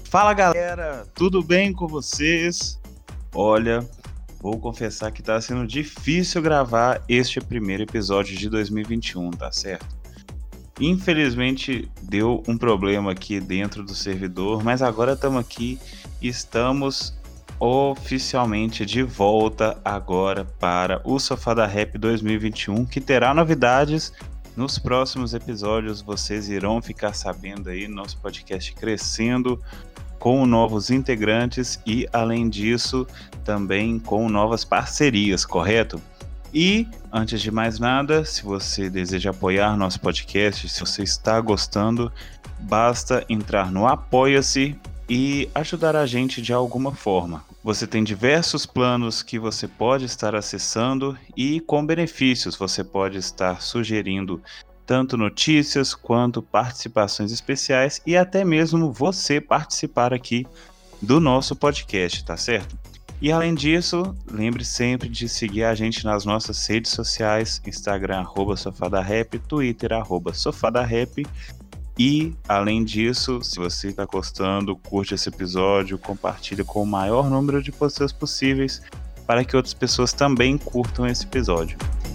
Fala galera, tudo bem com vocês? Olha, vou confessar que tá sendo difícil gravar este primeiro episódio de 2021, tá certo? Infelizmente deu um problema aqui dentro do servidor, mas agora estamos aqui e estamos oficialmente de volta agora para o Sofá da Rap 2021, que terá novidades. Nos próximos episódios vocês irão ficar sabendo aí, nosso podcast crescendo com novos integrantes e, além disso, também com novas parcerias, correto? E, antes de mais nada, se você deseja apoiar nosso podcast, se você está gostando, basta entrar no Apoia-se e ajudar a gente de alguma forma. Você tem diversos planos que você pode estar acessando e com benefícios. Você pode estar sugerindo tanto notícias quanto participações especiais e até mesmo você participar aqui do nosso podcast, tá certo? E além disso, lembre sempre de seguir a gente nas nossas redes sociais, Instagram, @sofadarap, Twitter, @sofadarap. E, além disso, se você está gostando, curte esse episódio, compartilhe com o maior número de pessoas possíveis para que outras pessoas também curtam esse episódio.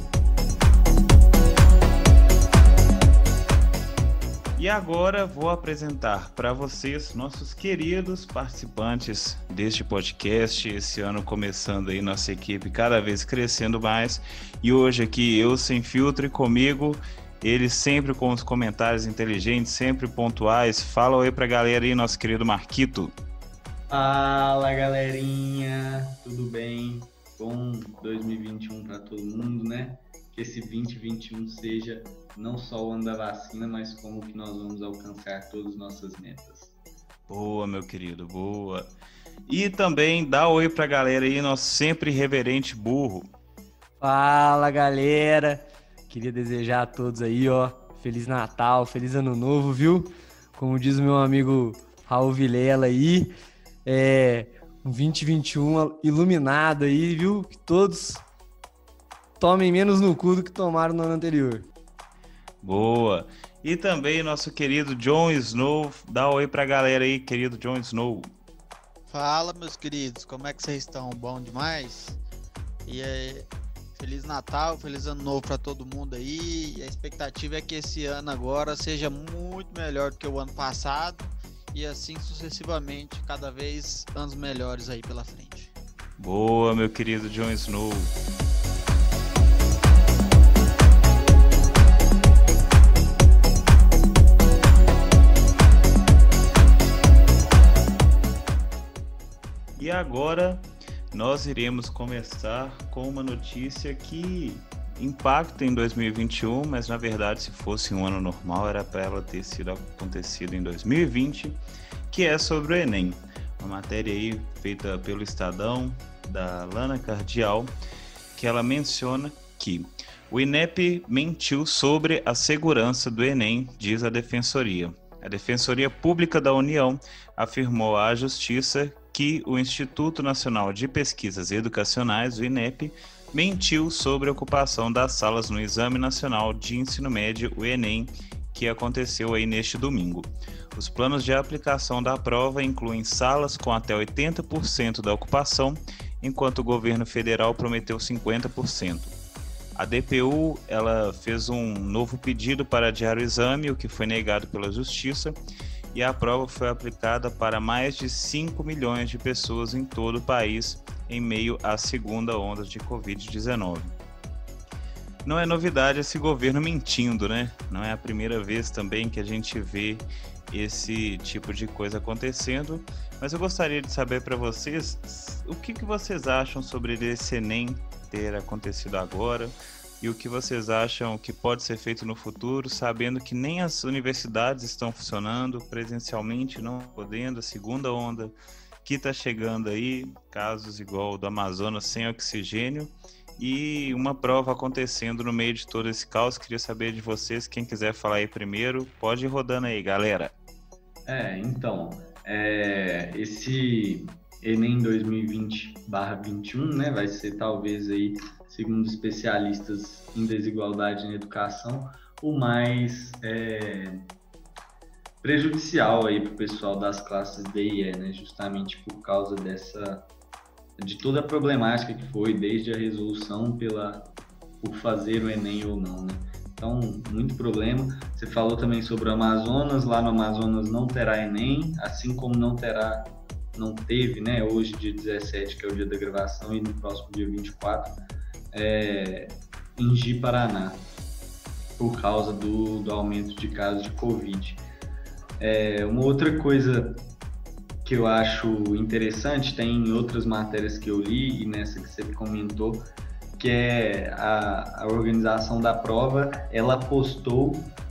E agora vou apresentar para vocês nossos queridos participantes deste podcast. Esse ano começando aí nossa equipe cada vez crescendo mais. E hoje aqui eu sem filtro e comigo ele sempre com os comentários inteligentes, sempre pontuais. Fala oi pra galera aí, nosso querido Marquito. Fala galerinha, tudo bem? Bom 2021 para todo mundo, né? Que esse 2021 seja não só o ano da vacina, mas como que nós vamos alcançar todas as nossas metas. Boa, meu querido, boa. E também dá oi pra galera aí, nosso sempre reverente Burro. Fala, galera. Queria desejar a todos aí, Feliz Natal, Feliz Ano Novo, viu? Como diz o meu amigo Raul Vilela aí, um 2021 iluminado aí, viu? Que todos tomem menos no cu do que tomaram no ano anterior. Boa. E também nosso querido Jon Snow. Dá oi pra galera aí, querido Jon Snow. Fala, meus queridos. Como é que vocês estão? Bom demais? E aí, Feliz Natal, Feliz Ano Novo pra todo mundo aí. E a expectativa é que esse ano agora seja muito melhor do que o ano passado. E assim sucessivamente, cada vez anos melhores aí pela frente. Boa, meu querido Jon Snow. E agora nós iremos começar com uma notícia que impacta em 2021, mas na verdade se fosse um ano normal era para ela ter sido acontecido em 2020, que é sobre o Enem. Uma matéria aí feita pelo Estadão, da Lana Cardial, que ela menciona que o INEP mentiu sobre a segurança do Enem, diz a Defensoria. A Defensoria Pública da União afirmou à Justiça que o Instituto Nacional de Pesquisas Educacionais, o INEP, mentiu sobre a ocupação das salas no Exame Nacional de Ensino Médio, o Enem, que aconteceu aí neste domingo. Os planos de aplicação da prova incluem salas com até 80% da ocupação, enquanto o governo federal prometeu 50%. A DPU ela fez um novo pedido para adiar o exame, o que foi negado pela Justiça, e a prova foi aplicada para mais de 5 milhões de pessoas em todo o país em meio à segunda onda de Covid-19. Não é novidade esse governo mentindo, né? Não é a primeira vez também que a gente vê esse tipo de coisa acontecendo, mas eu gostaria de saber para vocês o que vocês acham sobre esse Enem ter acontecido agora e o que vocês acham que pode ser feito no futuro, sabendo que nem as universidades estão funcionando presencialmente, não podendo, a segunda onda que está chegando aí, casos igual o do Amazonas sem oxigênio, e uma prova acontecendo no meio de todo esse caos. Queria saber de vocês, quem quiser falar aí primeiro, pode ir rodando aí, galera. Esse Enem 2020/21, né, vai ser talvez aí, segundo especialistas em desigualdade na educação, o mais prejudicial aí para o pessoal das classes D e E, né? Justamente por causa de toda a problemática que foi desde a resolução por fazer o Enem ou não, né? Então, muito problema. Você falou também sobre o Amazonas. Lá no Amazonas não terá Enem, assim como não teve, né? Hoje, dia 17, que é o dia da gravação, e no próximo dia 24, em Ji-Paraná, por causa do aumento de casos de Covid. Uma outra coisa que eu acho interessante, tem outras matérias que eu li, e nessa que você comentou, que é a organização da prova, ela postou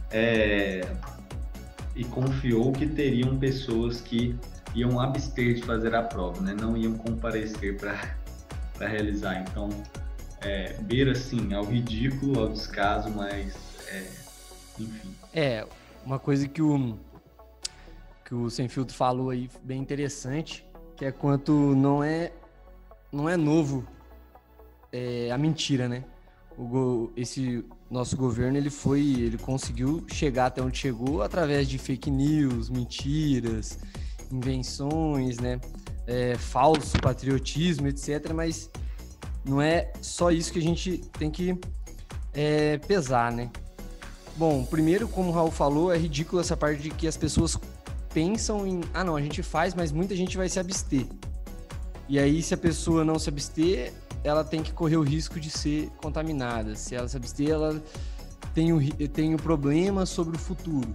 e confiou que teriam pessoas que iam abster de fazer a prova, né? Não iam comparecer para realizar. Então, beira, sim, ao ridículo, ao descaso, mas, enfim. Uma coisa que o Sem Filtro falou aí, bem interessante, que é quanto não é novo a mentira, né? Esse nosso governo, ele conseguiu chegar até onde chegou através de fake news, mentiras, invenções, né? Falso patriotismo, etc. Mas não é só isso que a gente tem que pesar, né? Bom, primeiro, como o Raul falou, é ridículo essa parte de que as pessoas pensam em... não, a gente faz, mas muita gente vai se abster. E aí, se a pessoa não se abster, ela tem que correr o risco de ser contaminada. Se ela se abster, ela tem um problema sobre o futuro.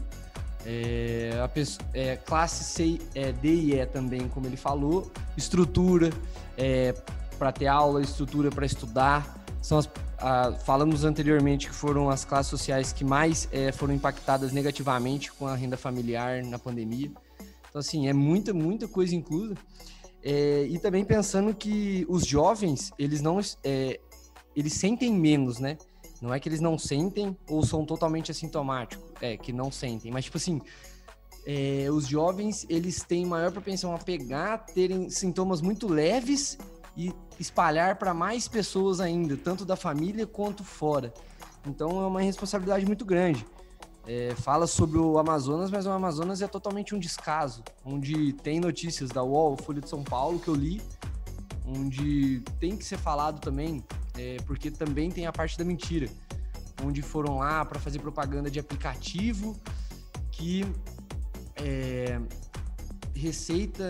Classe C, D e E também, como ele falou, estrutura para ter aula, estrutura para estudar. Falamos anteriormente que foram as classes sociais que mais foram impactadas negativamente com a renda familiar na pandemia. Então, assim, é muita, muita coisa inclusa. E também pensando que os jovens, eles sentem menos, né? Não é que eles não sentem ou são totalmente assintomáticos, que não sentem. Mas, tipo assim, os jovens, eles têm maior propensão a terem sintomas muito leves e espalhar para mais pessoas ainda, tanto da família quanto fora. Então, é uma responsabilidade muito grande. Fala sobre o Amazonas, mas o Amazonas é totalmente um descaso, onde tem notícias da UOL, Folha de São Paulo, que eu li, onde tem que ser falado também, porque também tem a parte da mentira, onde foram lá para fazer propaganda de aplicativo que receita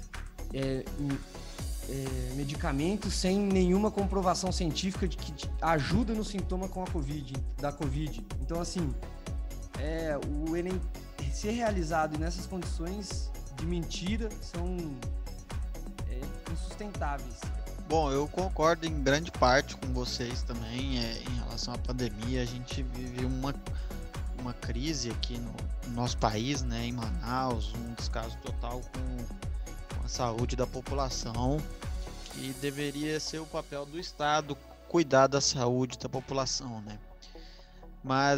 medicamentos sem nenhuma comprovação científica de que ajuda no sintoma da Covid. Então, assim, o Enem ser realizado nessas condições de mentira são insustentáveis. Bom, eu concordo em grande parte com vocês também em relação à pandemia. A gente vive uma crise aqui no nosso país, né, em Manaus, um descaso total com a saúde da população, e deveria ser o papel do Estado cuidar da saúde da população, né? Mas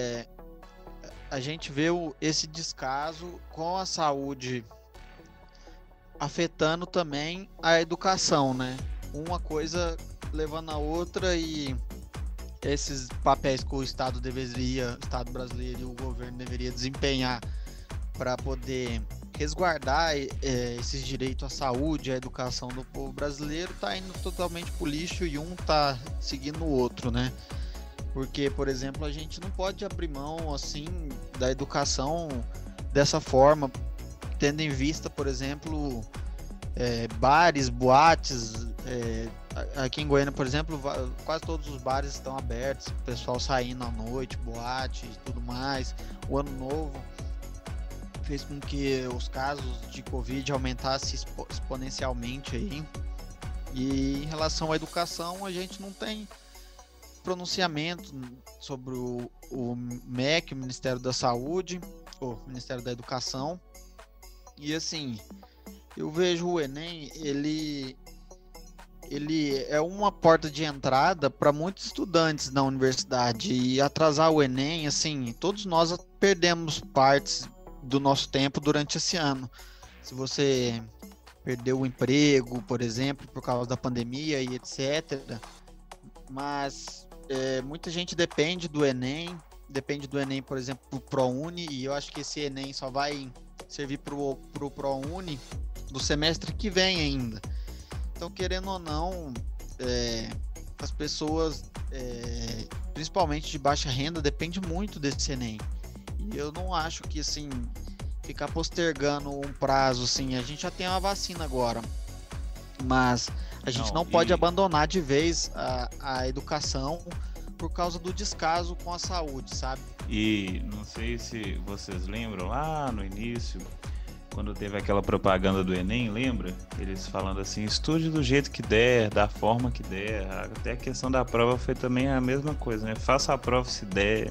a gente vê esse descaso com a saúde afetando também a educação, né? Uma coisa levando a outra, e esses papéis que o Estado brasileiro e o governo deveria desempenhar para poder resguardar esses direitos à saúde, à educação do povo brasileiro, tá indo totalmente pro lixo, e um tá seguindo o outro, né? Porque, por exemplo, a gente não pode abrir mão, assim, da educação dessa forma, tendo em vista, por exemplo, bares, boates. Aqui em Goiânia, por exemplo, quase todos os bares estão abertos, o pessoal saindo à noite, boate e tudo mais. O ano novo fez com que os casos de Covid aumentassem exponencialmente aí. E em relação à educação, a gente não tem pronunciamento sobre o MEC, o Ministério da Saúde, o Ministério da Educação. E assim, eu vejo o Enem, ele é uma porta de entrada para muitos estudantes da universidade, e atrasar o Enem, assim, todos nós perdemos partes do nosso tempo durante esse ano. Se você perdeu o emprego, por exemplo, por causa da pandemia e etc., mas muita gente depende do Enem depende do Enem, por exemplo, pro ProUni, e eu acho que esse Enem só vai servir pro ProUni do semestre que vem ainda. Então, querendo ou não, as pessoas, principalmente de baixa renda, depende muito desse Enem. E eu não acho que, assim, ficar postergando um prazo, assim, a gente já tem uma vacina agora, mas a gente não pode abandonar de vez a educação por causa do descaso com a saúde, sabe? E não sei se vocês lembram, lá no início, quando teve aquela propaganda do Enem, lembra? Eles falando assim, estude do jeito que der, da forma que der. Até a questão da prova foi também a mesma coisa, né? Faça a prova se der,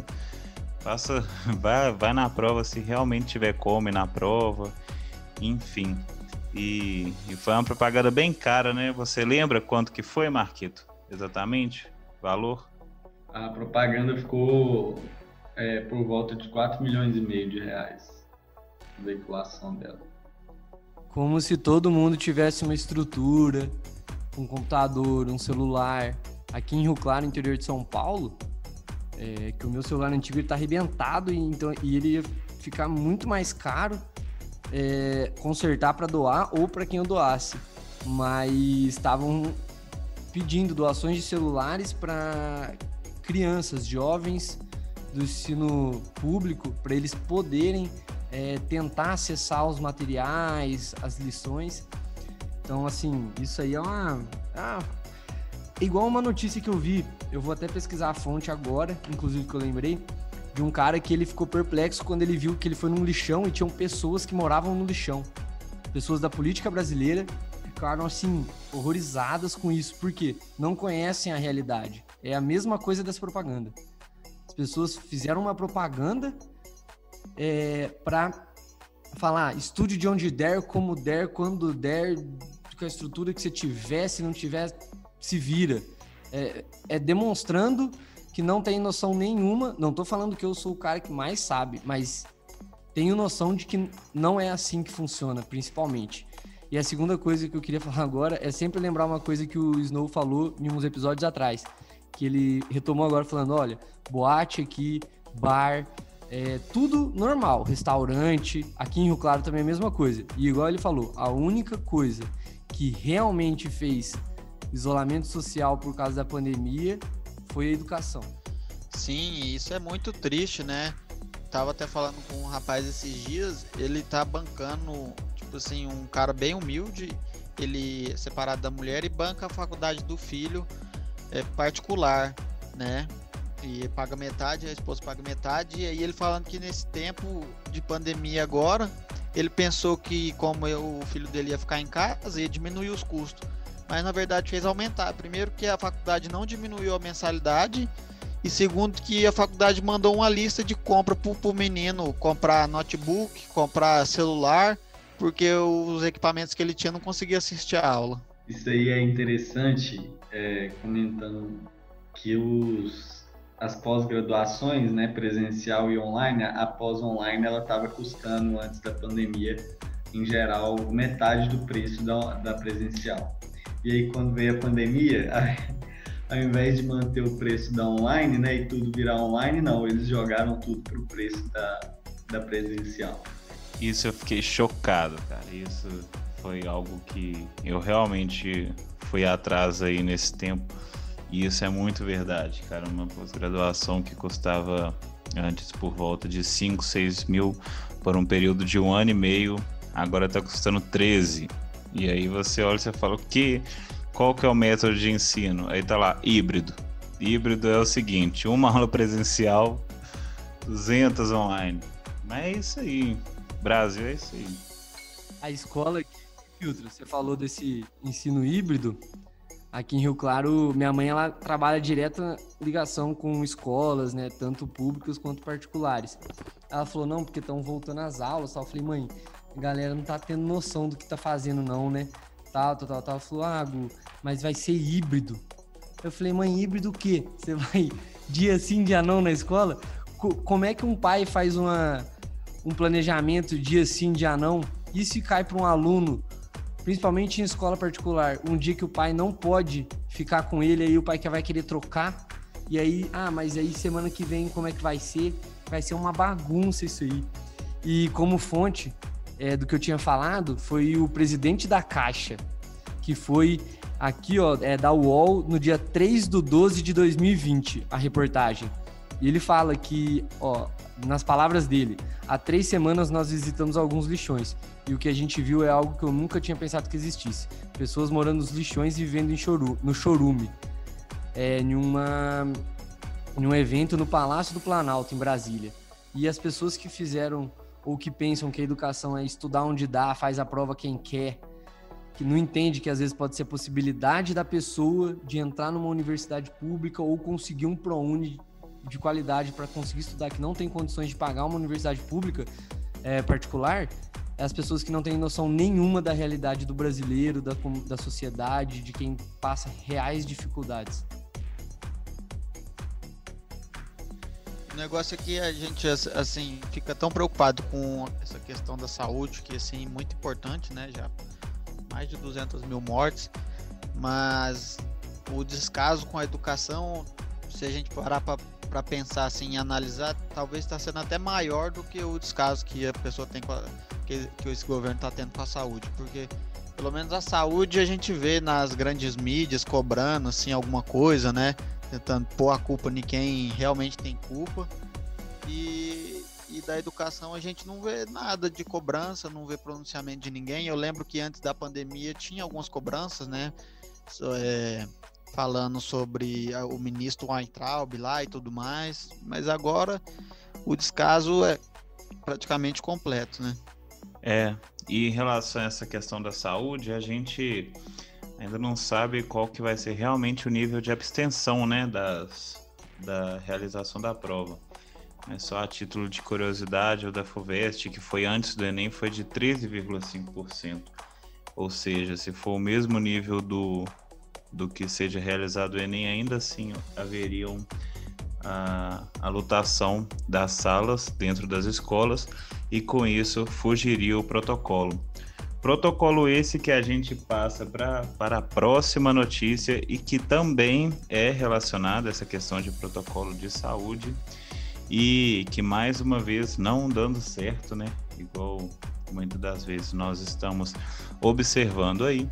vai na prova se realmente tiver como ir na prova, enfim. E foi uma propaganda bem cara, né? Você lembra quanto que foi, Marquito? Exatamente? Valor? A propaganda ficou por volta de 4,5 milhões de reais. A veiculação dela. Como se todo mundo tivesse uma estrutura, um computador, um celular. Aqui em Rio Claro, interior de São Paulo, que o meu celular antigo está arrebentado e ele ia ficar muito mais caro consertar para doar ou para quem eu doasse. Mas estavam pedindo doações de celulares para crianças, jovens do ensino público, para eles poderem tentar acessar os materiais, as lições. Então, assim, isso aí igual uma notícia que eu vi, eu vou até pesquisar a fonte agora, inclusive que eu lembrei, de um cara que ele ficou perplexo quando ele viu que ele foi num lixão e tinham pessoas que moravam no lixão. Pessoas da política brasileira ficaram, assim, horrorizadas com isso, porque não conhecem a realidade. É a mesma coisa dessa propaganda. As pessoas fizeram uma propaganda para falar, estude de onde der, como der, quando der, com a estrutura que você tiver, se não tiver, se vira. Demonstrando que não tem noção nenhuma. Não tô falando que eu sou o cara que mais sabe, mas tenho noção de que não é assim que funciona, principalmente. E a segunda coisa que eu queria falar agora é sempre lembrar uma coisa que o Snow falou em uns episódios atrás, que ele retomou agora falando, olha, boate aqui, bar, tudo normal, restaurante, aqui em Rio Claro também é a mesma coisa. E igual ele falou, a única coisa que realmente fez isolamento social por causa da pandemia foi a educação. Sim, isso é muito triste, né? Tava até falando com um rapaz esses dias, ele tá bancando, tipo assim, um cara bem humilde, ele é separado da mulher e banca a faculdade do filho particular, né? E paga metade, a esposa paga metade, e aí ele falando que nesse tempo de pandemia agora, ele pensou que como o filho dele ia ficar em casa, ia diminuir os custos, mas na verdade fez aumentar. Primeiro que a faculdade não diminuiu a mensalidade, e segundo que a faculdade mandou uma lista de compra pro menino comprar notebook, comprar celular, porque os equipamentos que ele tinha não conseguia assistir a aula. Isso aí é interessante, comentando que as pós-graduações, né, presencial e online, a pós-online ela estava custando, antes da pandemia, em geral, metade do preço da presencial. E aí, quando veio a pandemia, ao invés de manter o preço da online, né, e tudo virar online, não, eles jogaram tudo para o preço da presencial. Isso eu fiquei chocado, cara. Isso foi algo que eu realmente fui atrás aí nesse tempo. E isso é muito verdade, cara. Uma pós-graduação que custava antes por volta de 5, 6 mil por um período de 1 ano e meio, agora tá custando 13. E aí você olha e você fala, qual que é o método de ensino? Aí tá lá, híbrido. Híbrido é o seguinte, uma aula presencial, 200 online. Mas é isso aí, Brasil é isso aí. A escola que filtra, você falou desse ensino híbrido. Aqui em Rio Claro, minha mãe ela trabalha direta ligação com escolas, né, tanto públicas quanto particulares. Ela falou, não, porque estão voltando às aulas, tal. Eu falei, mãe, a galera não tá tendo noção do que tá fazendo não, né, tal. Ela falou, Gu, mas vai ser híbrido. Eu falei, mãe, híbrido o quê? Você vai dia sim, dia não na escola? Como é que um pai faz um planejamento dia sim, dia não? E se cai para um aluno, principalmente em escola particular, um dia que o pai não pode ficar com ele, aí o pai que vai querer trocar, E aí, mas aí semana que vem como é que vai ser? Vai ser uma bagunça isso aí. E como fonte do que eu tinha falado, foi o presidente da Caixa, que foi aqui, ó, da UOL, no dia 3/12/2020, a reportagem. E ele fala que, ó, nas palavras dele, há 3 semanas nós visitamos alguns lixões. E o que a gente viu é algo que eu nunca tinha pensado que existisse. Pessoas morando nos lixões e vivendo no chorume. Em um evento no Palácio do Planalto, em Brasília. E as pessoas que fizeram, ou que pensam que a educação é estudar onde dá, faz a prova quem quer, que não entende que às vezes pode ser a possibilidade da pessoa de entrar numa universidade pública ou conseguir um ProUni de qualidade para conseguir estudar, que não tem condições de pagar uma universidade pública particular, as pessoas que não têm noção nenhuma da realidade do brasileiro, da sociedade, de quem passa reais dificuldades. O negócio é que a gente, assim, fica tão preocupado com essa questão da saúde, que, assim, muito importante, né, já mais de 200 mil mortes, mas o descaso com a educação, se a gente parar para pensar assim e analisar, talvez está sendo até maior do que o descaso que a pessoa tem que esse governo está tendo com a saúde, porque pelo menos a saúde a gente vê nas grandes mídias cobrando assim alguma coisa, né, tentando pôr a culpa em quem realmente tem culpa, e da educação a gente não vê nada de cobrança, não vê pronunciamento de ninguém. Eu lembro que antes da pandemia tinha algumas cobranças, né, falando sobre o ministro Weintraub lá e tudo mais, mas agora o descaso é praticamente completo, né? E em relação a essa questão da saúde, a gente ainda não sabe qual que vai ser realmente o nível de abstenção, né, da realização da prova. É só a título de curiosidade, o da FUVEST, que foi antes do Enem, foi de 13,5%. Ou seja, se for o mesmo nível do que seja realizado o Enem, ainda assim haveriam a lotação das salas dentro das escolas, e com isso fugiria o protocolo. Protocolo esse que a gente passa para a próxima notícia, e que também é relacionado a essa questão de protocolo de saúde, e que mais uma vez não dando certo, né? Igual muitas das vezes nós estamos observando aí.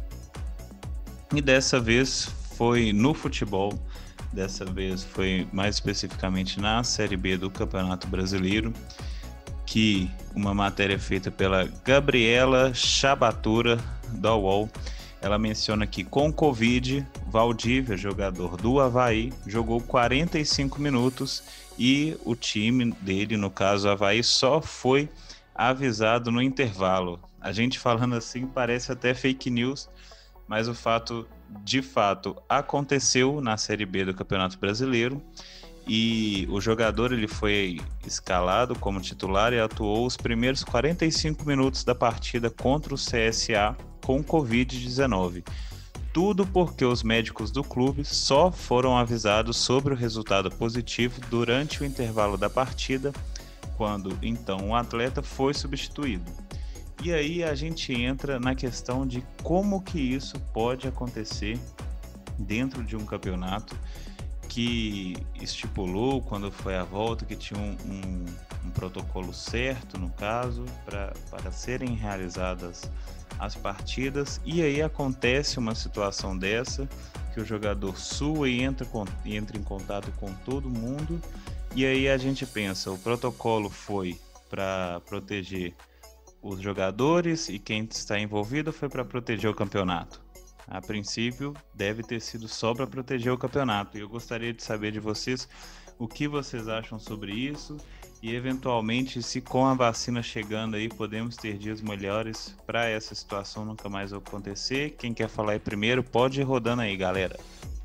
E dessa vez foi no futebol, dessa vez foi mais especificamente na Série B do Campeonato Brasileiro, que uma matéria feita pela Gabriela Chabatura, da UOL, ela menciona que com Covid, Valdívia, jogador do Avaí, jogou 45 minutos e o time dele, no caso o Avaí, só foi avisado no intervalo. A gente falando assim parece até fake news, mas o fato, de fato, aconteceu na Série B do Campeonato Brasileiro, e o jogador ele foi escalado como titular e atuou os primeiros 45 minutos da partida contra o CSA com Covid-19. Tudo porque os médicos do clube só foram avisados sobre o resultado positivo durante o intervalo da partida, quando então o atleta foi substituído. E aí a gente entra na questão de como que isso pode acontecer dentro de um campeonato que estipulou, quando foi a volta, que tinha um protocolo certo, no caso, para serem realizadas as partidas, e aí acontece uma situação dessa, que o jogador sua e entra em contato com todo mundo, e aí a gente pensa, o protocolo foi para proteger os jogadores, e quem está envolvido foi para proteger o campeonato. A princípio, deve ter sido só para proteger o campeonato. E eu gostaria de saber de vocês o que vocês acham sobre isso, e eventualmente, se com a vacina chegando aí, podemos ter dias melhores para essa situação nunca mais acontecer. Quem quer falar aí primeiro, pode ir rodando aí, galera.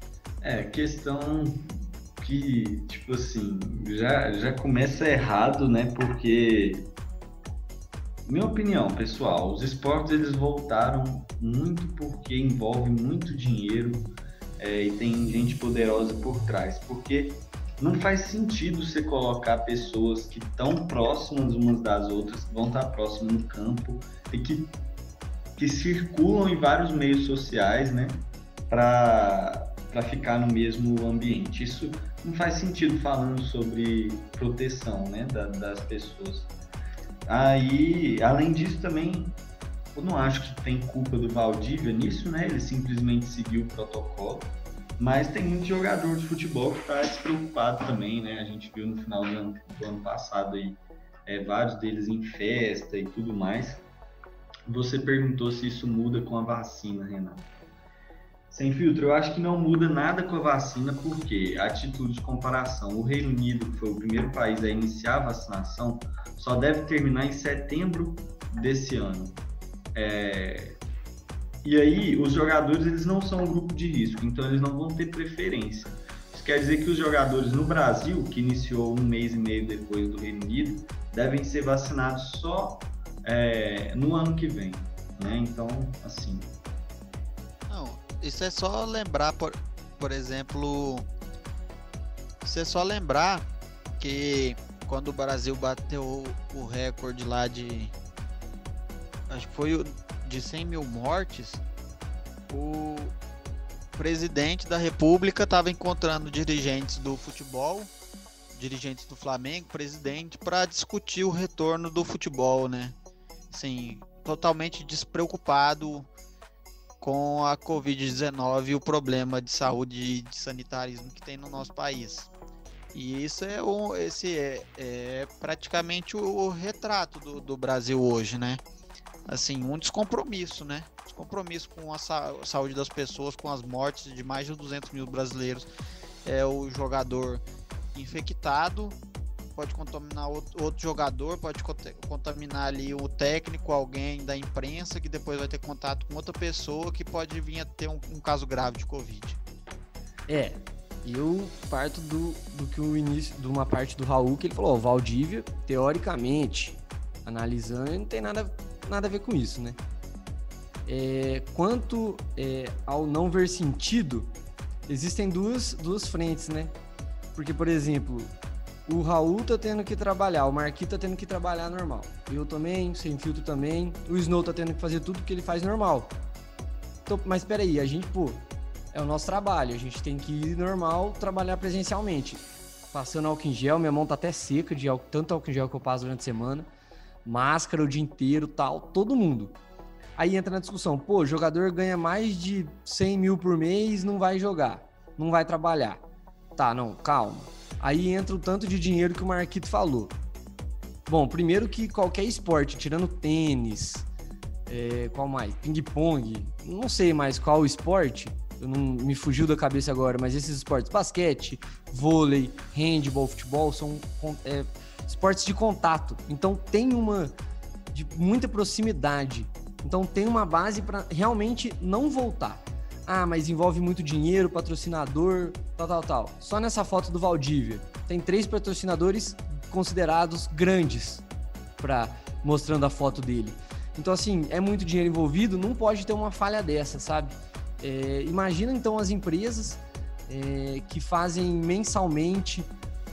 Questão que, tipo assim, já começa errado, né? Porque, minha opinião pessoal, os esportes eles voltaram muito porque envolve muito dinheiro e tem gente poderosa por trás, porque não faz sentido você colocar pessoas que estão próximas umas das outras, que vão estar próximas no campo e que circulam em vários meios sociais, né, para para ficar no mesmo ambiente. Isso não faz sentido falando sobre proteção, né, das pessoas. Aí, além disso também, eu não acho que tem culpa do Valdívia nisso, né? Ele simplesmente seguiu o protocolo. Mas tem muito jogador de futebol que está despreocupado também, né? A gente viu no final do ano passado aí, vários deles em festa e tudo mais. Você perguntou se isso muda com a vacina, Renato. Sem filtro, eu acho que não muda nada com a vacina, porque, a título de comparação, o Reino Unido, que foi o primeiro país a iniciar a vacinação, só deve terminar em setembro desse ano. E aí, os jogadores, eles não são um grupo de risco, então eles não vão ter preferência. Isso quer dizer que os jogadores no Brasil, que iniciou 1 mês e meio depois do Reino Unido, devem ser vacinados só no ano que vem, né? Então, assim... Não, isso é só lembrar, por exemplo... Isso é só lembrar que quando o Brasil bateu o recorde lá de... Acho que foi de 100 mil mortes, o presidente da República estava encontrando dirigentes do futebol, dirigentes do Flamengo, presidente, para discutir o retorno do futebol, né? Assim, totalmente despreocupado com a Covid-19 e o problema de saúde e de sanitarismo que tem no nosso país. E isso é praticamente o retrato do Brasil hoje, né? Assim, um descompromisso, né? Descompromisso com a saúde das pessoas, com as mortes de mais de 200 mil brasileiros. O jogador infectado pode contaminar outro jogador, pode contaminar ali o técnico, alguém da imprensa, que depois vai ter contato com outra pessoa que pode vir a ter um caso grave de Covid. Eu parto do que o início, de uma parte do Raul, que ele falou, o Valdívia, teoricamente, analisando, não tem nada a ver com isso, né? Quanto ao não ver sentido, existem duas frentes, né? Porque, por exemplo, o Raul tá tendo que trabalhar, o Marquinhos tá tendo que trabalhar normal. Eu também, Sem Filtro também, o Snow tá tendo que fazer tudo que ele faz normal. Então, mas peraí, a gente, é o nosso trabalho, a gente tem que ir normal, trabalhar presencialmente. Passando álcool em gel, minha mão tá até seca de tanto álcool em gel que eu passo durante a semana. Máscara o dia inteiro, tal, todo mundo. Aí entra na discussão, o jogador ganha mais de 100 mil por mês, não vai jogar, não vai trabalhar. Tá, não, calma. Aí entra o tanto de dinheiro que o Marquito falou. Bom, primeiro que qualquer esporte, tirando tênis, qual mais? Ping-pong, não sei mais qual esporte, eu não me fugiu da cabeça agora, mas esses esportes, basquete, vôlei, handebol, futebol, são esportes de contato. Então tem de muita proximidade. Então tem uma base para realmente não voltar. Mas envolve muito dinheiro, patrocinador, tal. Só nessa foto do Valdívia, tem 3 patrocinadores considerados grandes, mostrando a foto dele. Então, assim, é muito dinheiro envolvido, não pode ter uma falha dessa, sabe? Imagina, então, as empresas que fazem mensalmente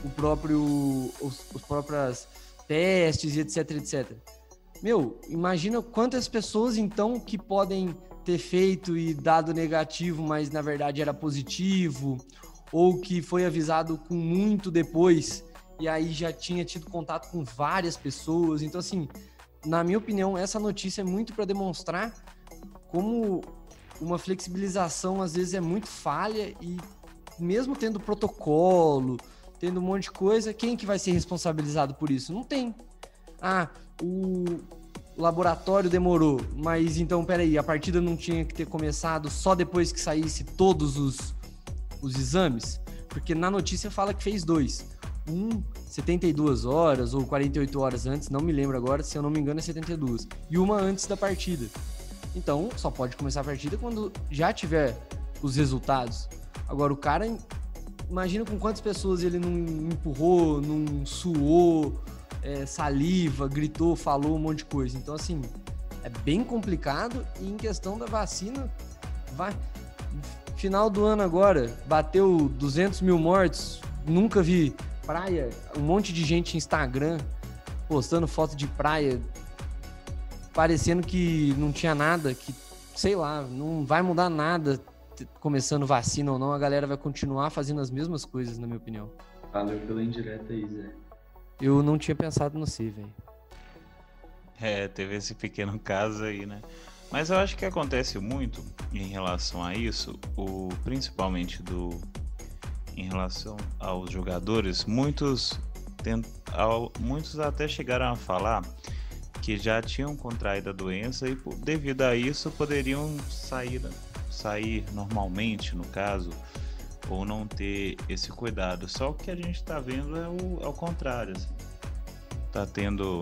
os próprios testes e etc. Imagina quantas pessoas, então, que podem ter feito e dado negativo, mas na verdade era positivo, ou que foi avisado com muito depois, e aí já tinha tido contato com várias pessoas. Então, assim, na minha opinião, essa notícia é muito para demonstrar como uma flexibilização, às vezes, é muito falha, e mesmo tendo protocolo, tendo um monte de coisa, quem que vai ser responsabilizado por isso? Não tem. O laboratório demorou, mas então, peraí, a partida não tinha que ter começado só depois que saísse todos os exames? Porque na notícia fala que fez 2. 72 horas ou 48 horas antes, não me lembro agora, se eu não me engano é 72. E uma antes da partida. Então, só pode começar a partida quando já tiver os resultados. Agora, o cara, imagina com quantas pessoas ele não empurrou, não suou, saliva, gritou, falou um monte de coisa. Então, assim, é bem complicado. E em questão da vacina, final do ano agora, bateu 200 mil mortos, nunca vi praia, um monte de gente no Instagram postando foto de praia, parecendo que não tinha nada, que, sei lá, não vai mudar nada, começando vacina ou não, a galera vai continuar fazendo as mesmas coisas, na minha opinião. Valeu pela indireta aí, Zé. Eu não tinha pensado no C, velho. Teve esse pequeno caso aí, né? Mas eu acho que acontece muito em relação a isso, principalmente em relação aos jogadores, muitos até chegaram a falar que já tinham contraído a doença e devido a isso poderiam sair normalmente, no caso, ou não ter esse cuidado. Só o que a gente está vendo é o contrário. Assim. Tá tendo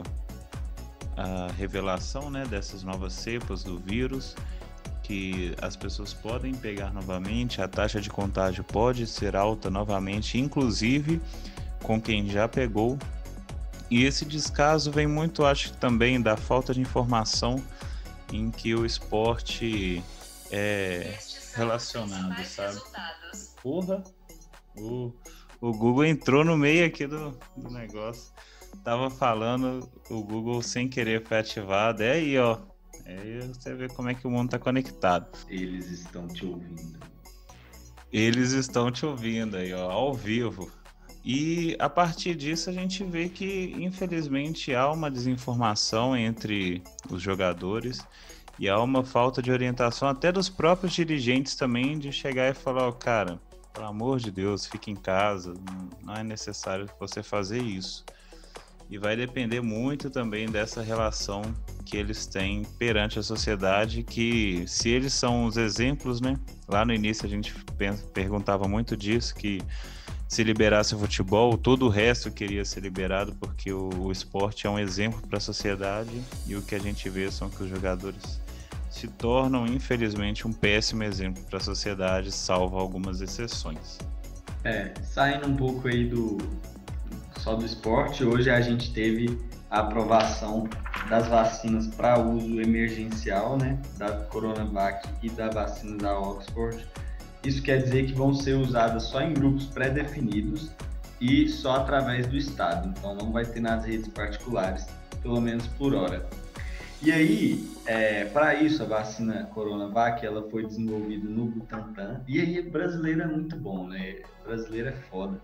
a revelação, né, dessas novas cepas do vírus, que as pessoas podem pegar novamente, a taxa de contágio pode ser alta novamente, inclusive com quem já pegou. E esse descaso vem muito, acho que também, da falta de informação em que o esporte é relacionado, sabe? Porra! O Google entrou no meio aqui do negócio. Tava falando, o Google sem querer foi ativado. É aí, ó. Aí você vê como é que o mundo tá conectado. Eles estão te ouvindo. Eles estão te ouvindo aí, ó, ao vivo. E a partir disso a gente vê que, infelizmente, há uma desinformação entre os jogadores e há uma falta de orientação até dos próprios dirigentes também, de chegar e falar, ó, cara, pelo amor de Deus, fique em casa, não é necessário você fazer isso. E vai depender muito também dessa relação que eles têm perante a sociedade, que se eles são os exemplos, né? Lá no início a gente perguntava muito disso, que se liberasse o futebol, todo o resto queria ser liberado, porque o esporte é um exemplo para a sociedade, e o que a gente vê são que os jogadores se tornam, infelizmente, um péssimo exemplo para a sociedade, salvo algumas exceções. Saindo um pouco aí só do esporte, hoje a gente teve a aprovação das vacinas para uso emergencial, né, da Coronavac e da vacina da Oxford. Isso quer dizer que vão ser usadas só em grupos pré-definidos e só através do Estado, então não vai ter nas redes particulares, pelo menos por hora. E aí, para isso, a vacina Coronavac, ela foi desenvolvida no Butantan, e aí brasileiro é muito bom, né? Brasileiro é foda.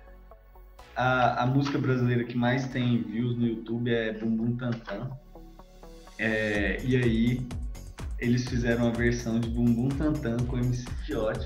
A música brasileira que mais tem views no YouTube é Bumbum Tantan. E aí eles fizeram uma versão de Bumbum Tantan com MC Fiote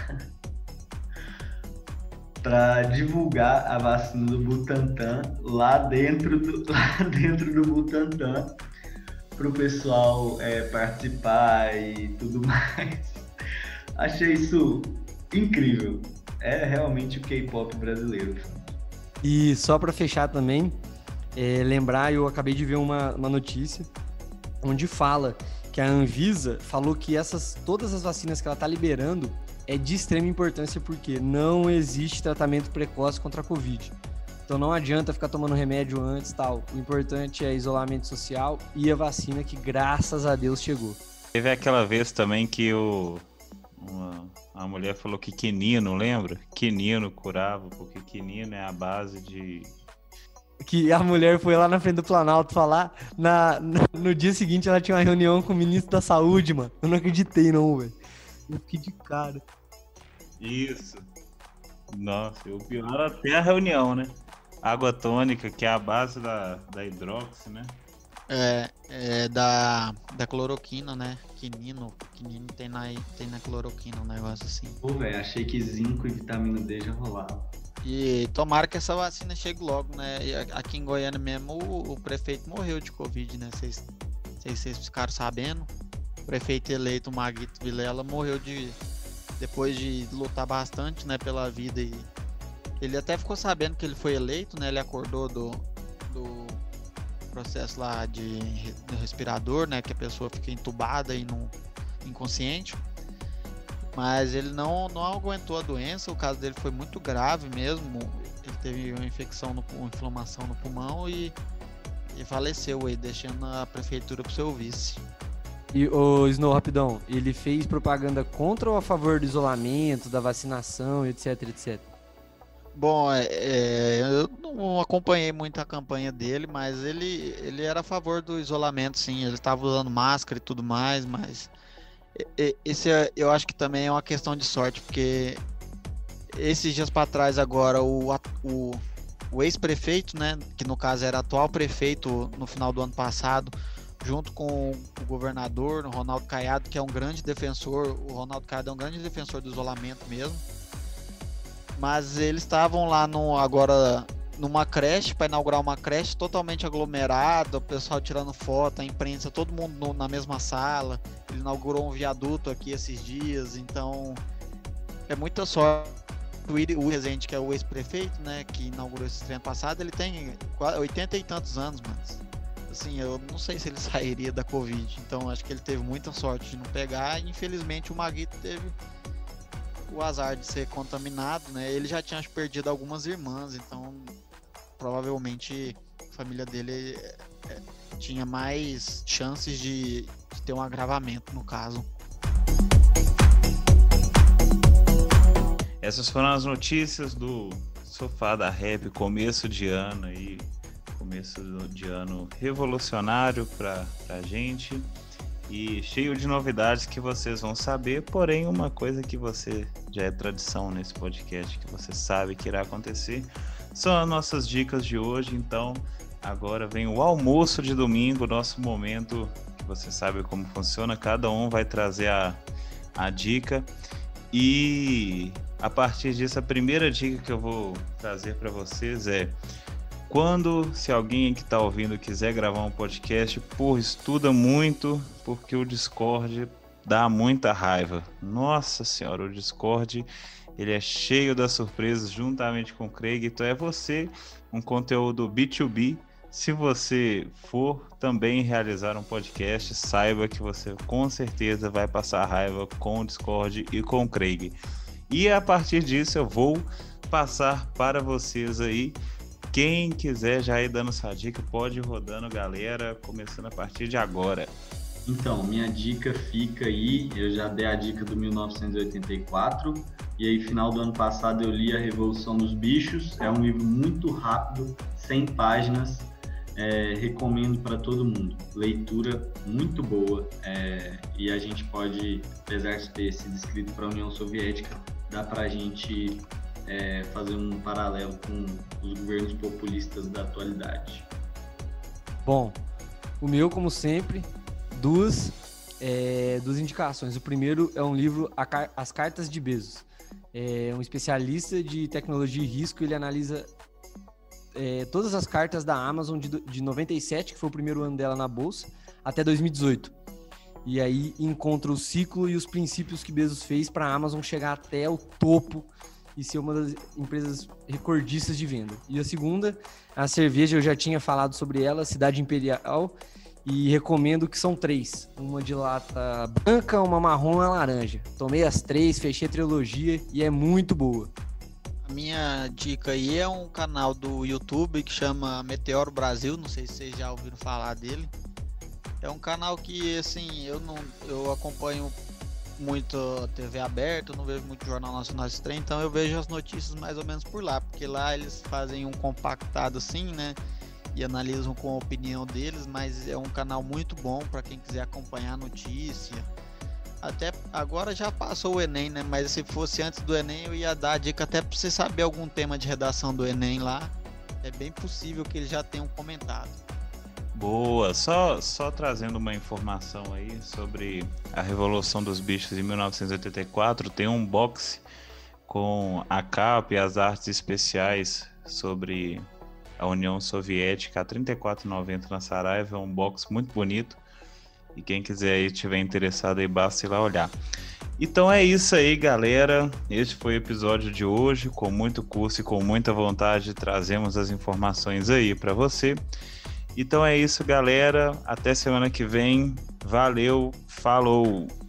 para divulgar a vacina do Butantan lá dentro do Butantan, para o pessoal participar e tudo mais. Achei isso incrível. É realmente o K-pop brasileiro. E só para fechar também, lembrar, eu acabei de ver uma notícia onde fala que a Anvisa falou que todas as vacinas que ela está liberando é de extrema importância porque não existe tratamento precoce contra a Covid. Então não adianta ficar tomando remédio antes e tal. O importante é isolamento social e a vacina que, graças a Deus, chegou. Teve aquela vez também que a mulher falou que quinino, lembra? Quinino curava, porque quinino é a base de... Que a mulher foi lá na frente do Planalto falar, no dia seguinte ela tinha uma reunião com o ministro da Saúde, mano. Eu não acreditei não, velho. Eu fiquei de cara. Isso. Nossa, o pior até a reunião, né? Água tônica, que é a base da hidroxi, né? Da cloroquina, né? Quinino tem na cloroquina, um negócio assim. Pô, velho, achei que zinco e vitamina D já rolava. E tomara que essa vacina chegue logo, né? E aqui em Goiânia mesmo, o prefeito morreu de Covid, né? Vocês ficaram sabendo? O prefeito eleito, Maguito Vilela, morreu depois de lutar bastante, né, pela vida. E ele até ficou sabendo que ele foi eleito, né? Ele acordou do processo lá do respirador, né? Que a pessoa fica entubada e inconsciente. Mas ele não aguentou a doença, o caso dele foi muito grave mesmo. Ele teve uma inflamação no pulmão e faleceu aí, deixando a prefeitura pro seu vice. E o Snow, rapidão, ele fez propaganda contra ou a favor do isolamento, da vacinação, etc, etc? Bom, eu não acompanhei muito a campanha dele, mas ele era a favor do isolamento, sim. Ele estava usando máscara e tudo mais, mas eu acho que também é uma questão de sorte, porque esses dias para trás agora o ex-prefeito, né, que no caso era atual prefeito no final do ano passado, junto com o governador, o Ronaldo Caiado, que é um grande defensor, o Ronaldo Caiado é um grande defensor do isolamento mesmo, mas eles estavam lá agora numa creche, para inaugurar uma creche totalmente aglomerada, o pessoal tirando foto, a imprensa, todo mundo na mesma sala. Ele inaugurou um viaduto aqui esses dias, então é muita sorte. O Rezende, que é o ex-prefeito, né, que inaugurou esse trem passado, ele tem 80 e tantos anos, mas assim, eu não sei se ele sairia da Covid, então acho que ele teve muita sorte de não pegar, e infelizmente o Maguito teve o azar de ser contaminado, né? Ele já tinha perdido algumas irmãs, então provavelmente a família dele tinha mais chances de ter um agravamento no caso. Essas foram as notícias do Sofá da Rap, começo de ano aí, começo de ano revolucionário pra gente. E cheio de novidades que vocês vão saber, porém uma coisa que você já é tradição nesse podcast, que você sabe que irá acontecer, são as nossas dicas de hoje. Então agora vem o almoço de domingo, nosso momento que você sabe como funciona, cada um vai trazer a dica, e a partir disso a primeira dica que eu vou trazer para vocês é: se alguém que está ouvindo quiser gravar um podcast, estuda muito, porque o Discord dá muita raiva. Nossa senhora, o Discord, ele é cheio das surpresas juntamente com o Craig. Então é você, um conteúdo B2B. Se você for também realizar um podcast, saiba que você com certeza vai passar raiva com o Discord e com o Craig. E a partir disso eu vou passar para vocês aí. Quem quiser já ir dando sua dica, pode ir rodando, galera, começando a partir de agora. Então, minha dica fica aí, eu já dei a dica do 1984, e aí final do ano passado eu li A Revolução dos Bichos, é um livro muito rápido, 100 páginas, recomendo para todo mundo, leitura muito boa, e a gente pode, apesar de ter sido escrito para a União Soviética, dá para a gente fazer um paralelo com os governos populistas da atualidade. Bom, o meu, como sempre, duas indicações. O primeiro é um livro, As Cartas de Bezos. É um especialista de tecnologia e risco, ele analisa todas as cartas da Amazon de 97, que foi o primeiro ano dela na bolsa, até 2018. E aí encontra o ciclo e os princípios que Bezos fez para a Amazon chegar até o topo e ser uma das empresas recordistas de venda. E a segunda, a cerveja, eu já tinha falado sobre ela, Cidade Imperial, e recomendo que são 3. Uma de lata branca, uma marrom e uma laranja. Tomei as 3, fechei a trilogia e é muito boa. A minha dica aí é um canal do YouTube que chama Meteoro Brasil, não sei se vocês já ouviram falar dele. É um canal que, assim, eu acompanho muito TV aberta, não vejo muito Jornal Nacional esse trem, então eu vejo as notícias mais ou menos por lá, porque lá eles fazem um compactado assim, né, e analisam com a opinião deles, mas é um canal muito bom para quem quiser acompanhar a notícia. Até agora já passou o Enem, né, mas se fosse antes do Enem eu ia dar a dica até para você saber algum tema de redação do Enem lá, é bem possível que eles já tenham comentado. Boa, só trazendo uma informação aí sobre a Revolução dos Bichos em 1984, tem um box com a capa e as artes especiais sobre a União Soviética a R$ 34,90 na Saraiva, é um box muito bonito, e quem quiser aí, estiver interessado aí, basta ir lá olhar. Então é isso aí, galera, este foi o episódio de hoje, com muito curso e com muita vontade trazemos as informações aí para você. Então é isso, galera. Até semana que vem. Valeu, falou!